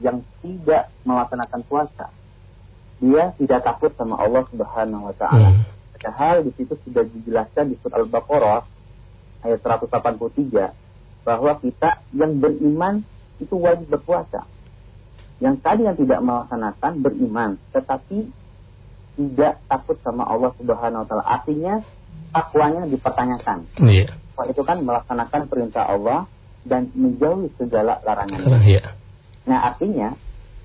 C: dia tidak takut sama Allah Subhanahu wa taala. Padahal di situ sudah dijelaskan di surat Al-Baqarah ayat 183 bahwa kita yang beriman itu wajib berpuasa. Yang tadi yang tidak melaksanakan beriman, tetapi tidak takut sama Allah Subhanahu wa taala. Artinya takwanya dipertanyakan. Itu kan melaksanakan perintah Allah dan menjauhi segala larangan. Nah, artinya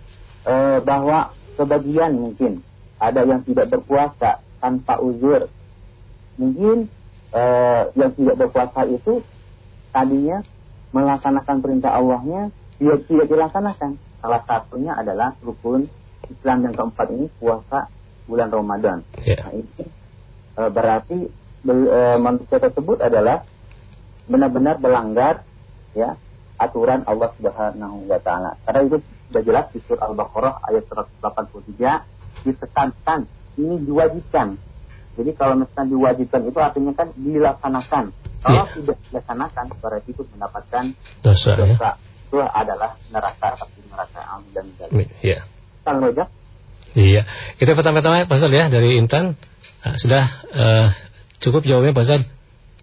C: bahwa sebagian mungkin ada yang tidak berpuasa tanpa uzur. Mungkin yang tidak berpuasa itu tadinya melaksanakan perintah Allahnya dia tidak dilaksanakan. Salah satunya adalah rukun Islam yang keempat ini, puasa bulan Ramadan. Nah, ini berarti manusia tersebut adalah benar-benar melanggar ya aturan Allah Subhanahu wa taala. Karena itu sudah jelas di surah Al-Baqarah ayat 183 ditekankan ini diwajibkan. Jadi kalau misalkan diwajibkan itu artinya kan dilaksanakan. Kalau tidak dilaksanakan berarti itu mendapatkan dosa. Itu adalah neraka, tapi neraka dan
B: Iya.
C: Kang Rojak.
B: Iya. Itu pertama-tama Pak Ustaz ya dari Intan. Nah, sudah cukup jawabnya Pak Ustaz?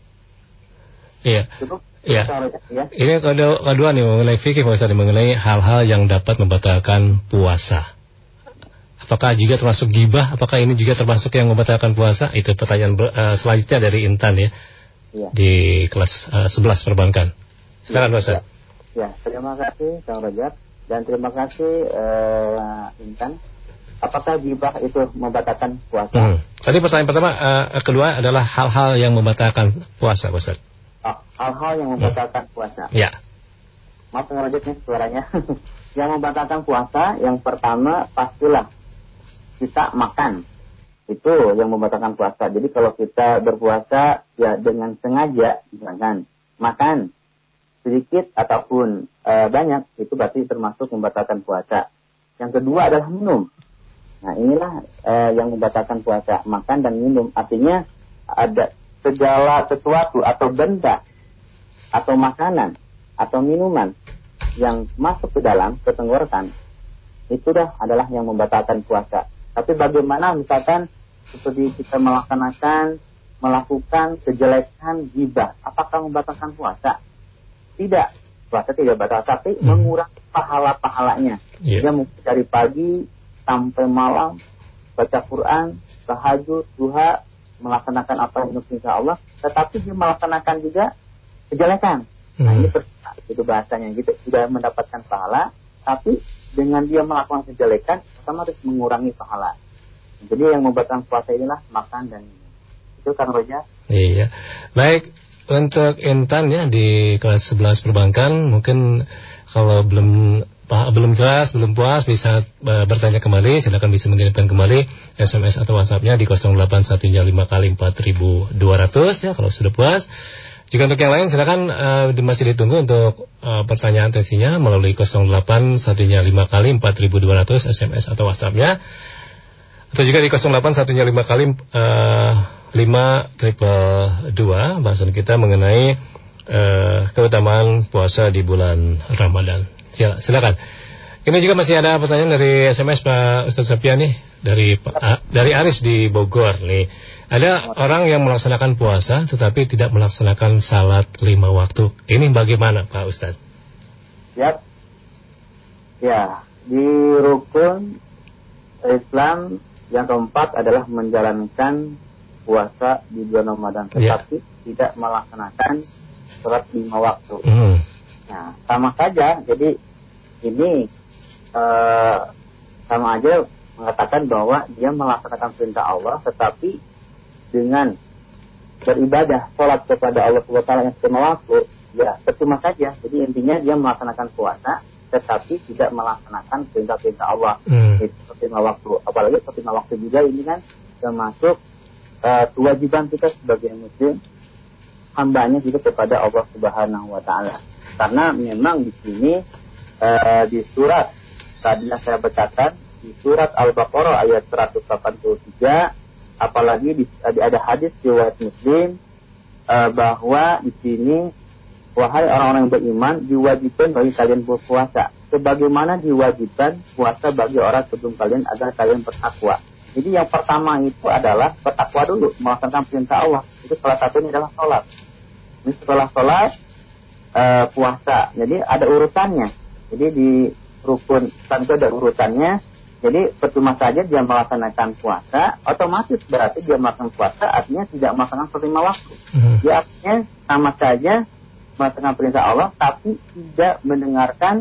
B: Iya.
C: Cukup.
B: Iya. Ya. Ini kedua nih mengenai fikih Pak Ustaz, mengenai hal-hal yang dapat membatalkan puasa. Apakah juga termasuk ghibah? Apakah ini juga termasuk yang membatalkan puasa? Itu pertanyaan selanjutnya dari Intan ya. Iya. Di kelas 11 perbankan. Silakan Pak Ustaz.
C: Ya, terima kasih Kang Rajab dan terima kasih Intan. Apakah ghibah itu membatalkan puasa?
B: Tadi pertanyaan pertama, kedua adalah hal-hal yang membatalkan puasa, Ustaz.
C: Hal-hal yang membatalkan puasa.
B: Ya.
C: Maaf Kang Rajab nih suaranya. Yang membatalkan puasa, yang pertama pastilah kita makan. Itu yang membatalkan puasa. Jadi kalau kita berpuasa ya dengan sengaja, misalkan makan sedikit ataupun banyak, itu berarti termasuk membatalkan puasa. Yang kedua adalah minum. Nah inilah yang membatalkan puasa, makan dan minum. Artinya ada segala sesuatu atau benda atau makanan atau minuman yang masuk ke dalam tenggorokan, itu adalah yang membatalkan puasa. Tapi bagaimana misalkan seperti kita melakukan kejelekan ghibah, apakah membatalkan puasa? Tidak, puasa tidak batal, tapi mengurangi pahala-pahalanya. Dia mungkin dari pagi sampai malam baca Quran, tahajud, duha, melaksanakan apa yang insya Allah, tetapi dia melaksanakan juga kejelekan. Nah ini itu bahasanya gitu, sudah mendapatkan pahala, tapi dengan dia melakukan kejelekan, otomatis mengurangi pahala. Jadi yang membatalkan puasa inilah makan dan minum. Itu Kang Roja.
B: Iya, baik. Untuk Intan ya di kelas 11 perbankan, mungkin kalau belum jelas, belum puas, bisa bertanya kembali. Silakan bisa mengirimkan kembali SMS atau WhatsApp-nya di 0815 45200 ya kalau sudah puas. Jika untuk yang lain silakan masih ditunggu untuk pertanyaan tensinya melalui 0815 45200 SMS atau WhatsApp-nya. Atau juga di 0815 bahasan kita mengenai keutamaan puasa di bulan Ramadan. Silakan. Ini juga masih ada pertanyaan dari SMS Pak Ustaz Sapian nih dari Aris di Bogor nih. Ada orang yang melaksanakan puasa tetapi tidak melaksanakan salat 5 waktu. Ini bagaimana Pak Ustaz?
C: Ya, di rukun Islam yang keempat adalah menjalankan puasa di bulan Ramadan, tetapi tidak melaksanakan salat 5 waktu. Nah, sama saja. Jadi ini sama aja mengatakan bahwa dia melaksanakan perintah Allah, tetapi dengan beribadah sholat kepada Allah SWT yang 5 waktu, ya percuma saja. Jadi intinya dia melaksanakan puasa, tetapi tidak melaksanakan perintah-perintah Allah. Itu 5 waktu. Apalagi 5 waktu juga ini kan termasuk kewajiban kita sebagai muslim, hambanya juga kepada Allah Subhanahu wa taala. Karena memang di sini di surat tadi yang saya bacakan di surat Al-Baqarah ayat 183, apalagi ada hadis riwayat Muslim bahwa di sini, wahai orang-orang yang beriman, diwajibkan bagi kalian berpuasa sebagaimana diwajibkan puasa bagi orang sebelum kalian agar kalian bertakwa. Jadi yang pertama itu adalah bertakwa dulu, melaksanakan perintah Allah. Itu salah satunya adalah sholat. Ini setelah sholat puasa. Jadi ada urutannya. Jadi di rukun Islam itu ada urutannya. Jadi percuma saja dia melaksanakan puasa, otomatis berarti dia melaksanakan puasa artinya tidak melaksanakan perlima waktu. Dia artinya sama saja melaksanakan perintah Allah tapi tidak mendengarkan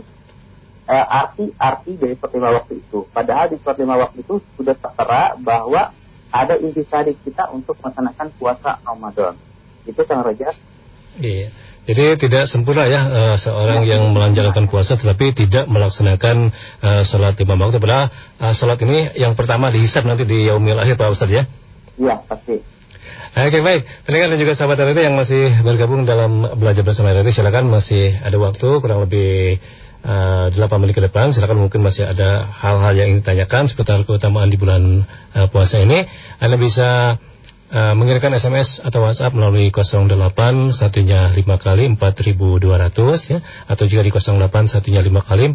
C: arti dari perlima waktu itu. Padahal di perlima waktu itu sudah tertera bahwa ada intisari kita untuk melaksanakan puasa Ramadan. Itu Kang Rojak. Iya.
B: Jadi tidak sempurna ya seorang yang melanjutkan puasa tetapi tidak melaksanakan salat lima waktu. Padahal salat ini yang pertama dihisab nanti di yaumil akhir Pak Ustadz ya?
C: Iya, pasti.
B: Oke, baik. Pendengar dan juga sahabat RRI yang masih bergabung dalam belajar bersama RRI, silakan, masih ada waktu kurang lebih 8 menit ke depan. Silakan, mungkin masih ada hal-hal yang ingin ditanyakan seputar keutamaan di bulan puasa ini. Anda bisa mengirimkan SMS atau WhatsApp melalui 08 1-nya 5 kali 4200 ya, atau juga di 08 1-nya 5 kali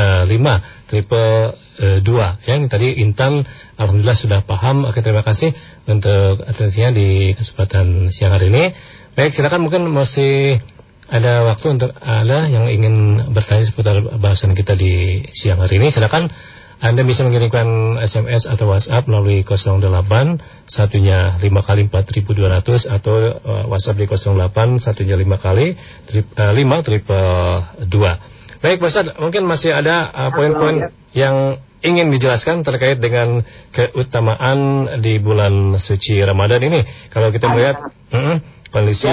B: 5 triple 2 ya. Ini tadi Intan alhamdulillah sudah paham. Oke, terima kasih untuk atensinya di kesempatan siang hari ini. Baik, silakan, mungkin masih ada waktu untuk Anda yang ingin bertanya seputar bahasan kita di siang hari ini. Silakan Anda bisa mengirimkan SMS atau WhatsApp melalui 08 1-nya 5 kali 4200 atau WhatsApp di 08 1-nya 5 kali 5 triple 2. Baik, Pak Ustadz, mungkin masih ada poin-poin yang ingin dijelaskan terkait dengan keutamaan di bulan suci Ramadan ini. Kalau kita melihat kondisi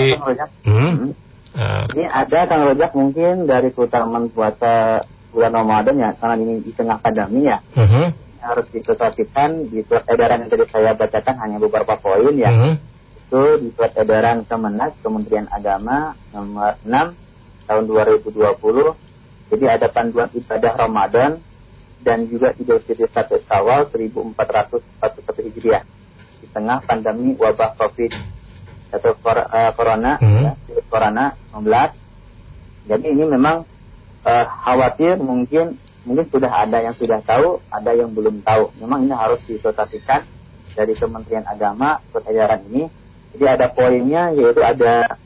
C: ini ada Kang Rojak mungkin dari keutamaan puasa bulan Ramadan ya, karena ini di tengah pandemi ya, harus diperhatikan di surat edaran yang tadi saya bacakan hanya beberapa poin ya. Itu di surat edaran Kemenak, Kementerian Agama nomor 6 tahun 2020. Jadi ada panduan ibadah Ramadan dan juga Idul Fitri 1 Syawal 1441 Hijriah di tengah pandemi wabah Covid atau corona ya, virus corona 19. Jadi ini memang khawatir mungkin sudah ada yang sudah tahu, ada yang belum tahu. Memang ini harus disosialisasikan dari Kementerian Agama surat edaran ini. Jadi ada poinnya, yaitu ada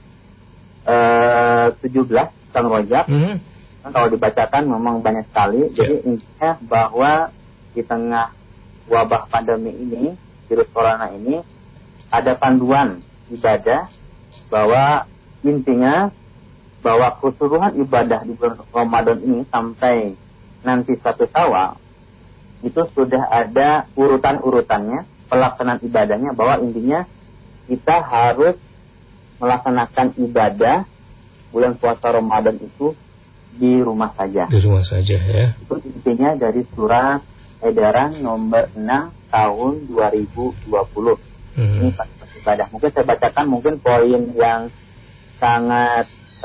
C: 17 Kang Rojak. Kalau dibacakan memang banyak sekali. Jadi intinya bahwa di tengah wabah pandemi ini, virus corona ini, ada panduan ibadah bahwa intinya bahwa keseluruhan ibadah di bulan Ramadan ini sampai nanti 1 Syawal itu sudah ada urutan-urutannya, pelaksanaan ibadahnya, bahwa intinya kita harus melaksanakan ibadah bulan puasa Ramadan itu di rumah saja.
B: Di rumah saja ya.
C: Itu intinya dari surat edaran nomor 6 tahun 2020. Ini ibadah. Mungkin saya bacakan mungkin poin yang sangat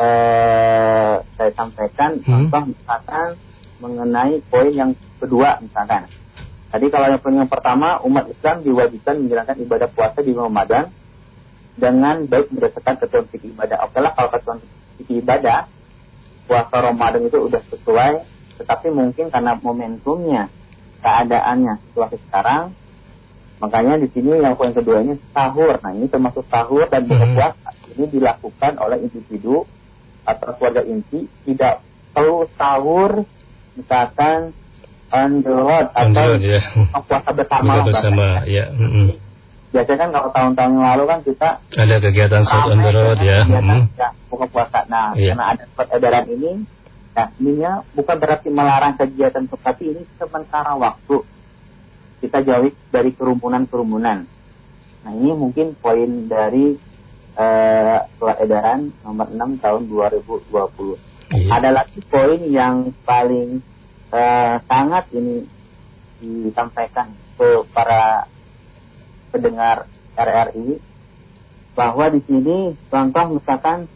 C: saya sampaikan, contoh misalkan mengenai poin yang kedua misalkan. Tadi kalau yang poin yang pertama, umat Islam diwajibkan menjalankan ibadah puasa di Ramadan dengan baik berdasarkan ketentuan fikih ibadah. Oke lah, kalau ketentuan fikih ibadah puasa Ramadan itu udah sesuai, tetapi mungkin karena momentumnya, keadaannya situasi sekarang, makanya di sini yang poin kedua ini sahur. Nah, ini termasuk sahur dan buka puasa. Ini dilakukan oleh individu atau keluarga inti, tidak perlu sahur misalkan on the road atau puasa bersama ya. Biasanya kan kalau tahun-tahun yang lalu kan kita
B: ada kegiatan sholat on the road ya.
C: Buka puasa. Nah, karena ada surat edaran ini, nah ininya bukan berarti melarang kegiatan, tetapi ini sementara waktu kita jauhi dari kerumunan-kerumunan. Nah, ini mungkin poin dari surat edaran nomor 6 tahun 2020. Ada lagi poin yang paling sangat ini disampaikan ke para pendengar RRI, bahwa di sini contoh misalkan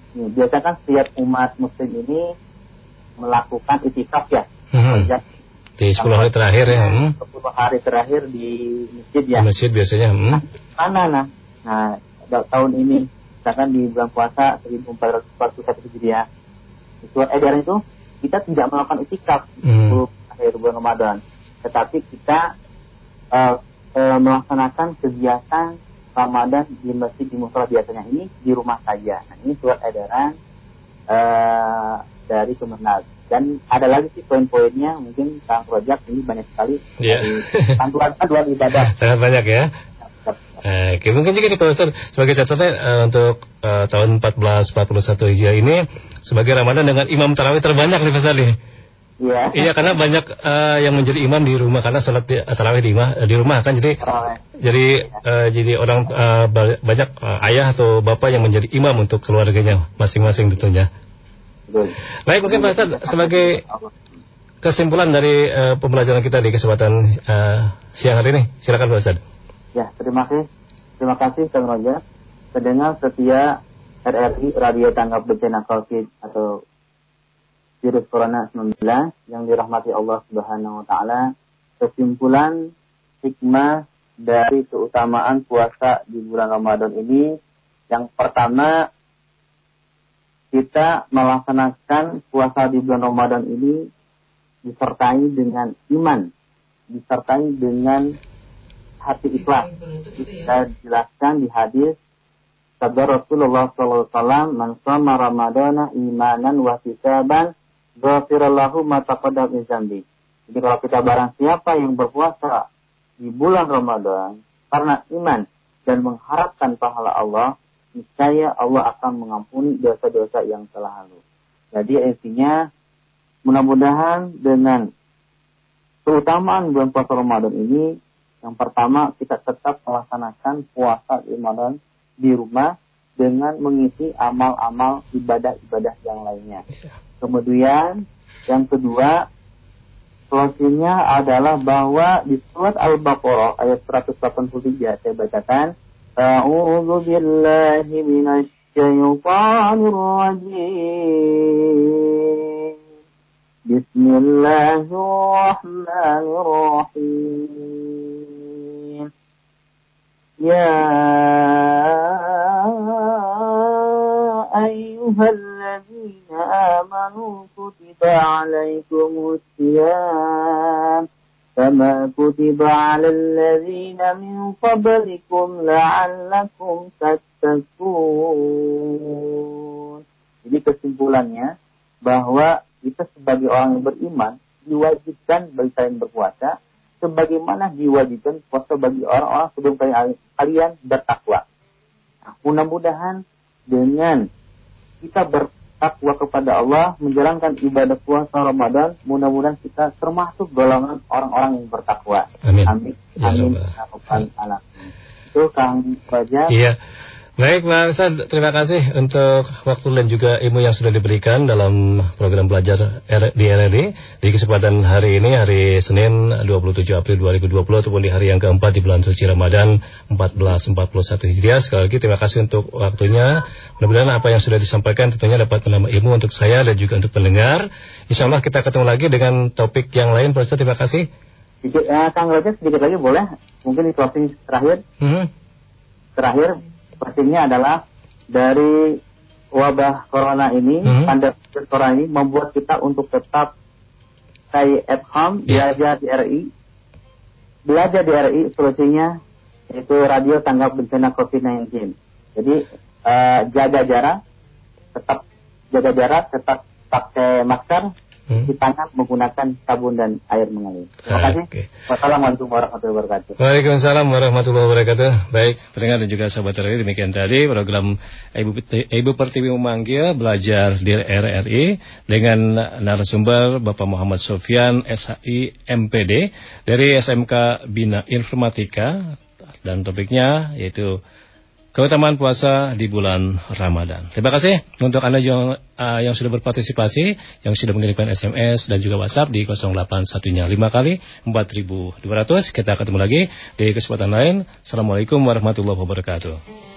C: biasakan setiap umat muslim ini melakukan itikaf ya.
B: Di 10 hari terakhir ya.
C: 10 hari terakhir di masjid ya.
B: Di masjid biasanya.
C: Nah, tahun ini misalkan di bulan puasa 1441 Hijriah. Surat edaran itu kita tidak melakukan itikaf akhir bulan Ramadan, tetapi kita melaksanakan kegiatan Ramadan di masjid di musola biasanya ini di rumah saja. Nah, ini surat edaran dari Kemenag. Dan ada lagi sih poin-poinnya, mungkin Kang Rojak ini banyak sekali. Panduan ibadah.
B: Sangat banyak ya. Oke, mungkin juga nih Pak Ustaz sebagai catatan untuk tahun 1441 Hijriah ini sebagai Ramadan dengan imam tarawih terbanyak nih Pak Ustaz nih. Iya, karena banyak yang menjadi imam di rumah karena salat tarawih di rumah kan, jadi orang banyak ayah atau bapak yang menjadi imam untuk keluarganya masing-masing tentunya. Baik, mungkin Pak Ustaz sebagai kesimpulan dari pembelajaran kita di kesempatan siang hari ini, silakan Pak Ustaz.
C: Ya, terima kasih Kang Roja, pendengar setia RRI Radio Tanggap Bencana COVID atau virus Corona 19 yang dirahmati Allah Subhanahu wa taala. Kesimpulan hikmah dari keutamaan puasa di bulan Ramadan ini, yang pertama, kita melaksanakan puasa di bulan Ramadan ini disertai dengan iman, disertai dengan hati ikhlas. Kita jelaskan di hadis sabda Rasulullah SAW, man shoma Ramadana imanan wa ihtisaban ghafirallahu ma taqaddama min dzambi. Jadi kalau kita barang siapa yang berpuasa di bulan Ramadan karena iman dan mengharapkan pahala Allah, niscaya Allah akan mengampuni dosa-dosa yang telah lalu. Jadi intinya, mudah-mudahan dengan keutamaan bulan puasa Ramadan ini, yang pertama kita tetap melaksanakan puasa Ramadan di rumah dengan mengisi amal-amal ibadah-ibadah yang lainnya. Kemudian yang kedua, solusinya adalah bahwa di surat Al-Baqarah ayat 183 saya bacakan, A'udzu billahi minasy syaithanir rajim. Bismillahirrahmanirrahim. Ya ayyuhalladzina amanu kutiba 'alaikumus shiyam kama kutiba 'alal ladzina min qablikum la'allakum tattaqun. Jadi kesimpulannya bahwa kita sebagai orang yang beriman diwajibkan bagi kalian berpuasa sebagaimana diwajibkan puasa bagi orang-orang sebelum kalian bertakwa. Nah, mudah-mudahan dengan kita bertakwa kepada Allah, menjalankan ibadah puasa Ramadan, mudah-mudahan kita termasuk golongan orang-orang yang bertakwa.
B: Amin.
C: Amin. Amin. Itu Kang Fajar.
B: Iya. Baik Pak Ustaz, terima kasih untuk waktu dan juga ilmu yang sudah diberikan dalam program belajar di RRI di kesempatan hari ini, hari Senin 27 April 2020 ataupun di hari yang keempat di bulan suci Ramadan 1441 Hijriah. Sekali lagi terima kasih untuk waktunya. Mudah-mudahan apa yang sudah disampaikan tentunya dapat menambah ilmu untuk saya dan juga untuk pendengar. InsyaAllah kita ketemu lagi dengan topik yang lain. Pak Ustaz, terima kasih.
C: Kang Roger, sedikit lagi boleh? Mungkin di closing terakhir. Terakhir, pastinya adalah dari wabah corona ini, pandemi corona ini membuat kita untuk tetap stay at home, belajar di RI. Belajar di RI solusinya yaitu radio tanggap bencana COVID-19. Jadi jaga jarak, tetap pakai masker, cuci tangan menggunakan sabun dan air mengalir. Terima kasih. Wassalamualaikum warahmatullahi wabarakatuh.
B: Waalaikumsalam warahmatullahi wabarakatuh. Baik, pendengar dan juga sahabat RRI, demikian tadi program Ibu Pertiwi memanggil belajar di RRI dengan narasumber Bapak Muhammad Sofyan SHI MPD dari SMK Bina Informatika, dan topiknya yaitu keutamaan puasa di bulan Ramadan. Terima kasih untuk Anda yang sudah berpartisipasi, yang sudah mengirimkan SMS dan juga WhatsApp di 081-nya 5 kali 4.200. Kita ketemu lagi di kesempatan lain. Assalamualaikum warahmatullahi wabarakatuh.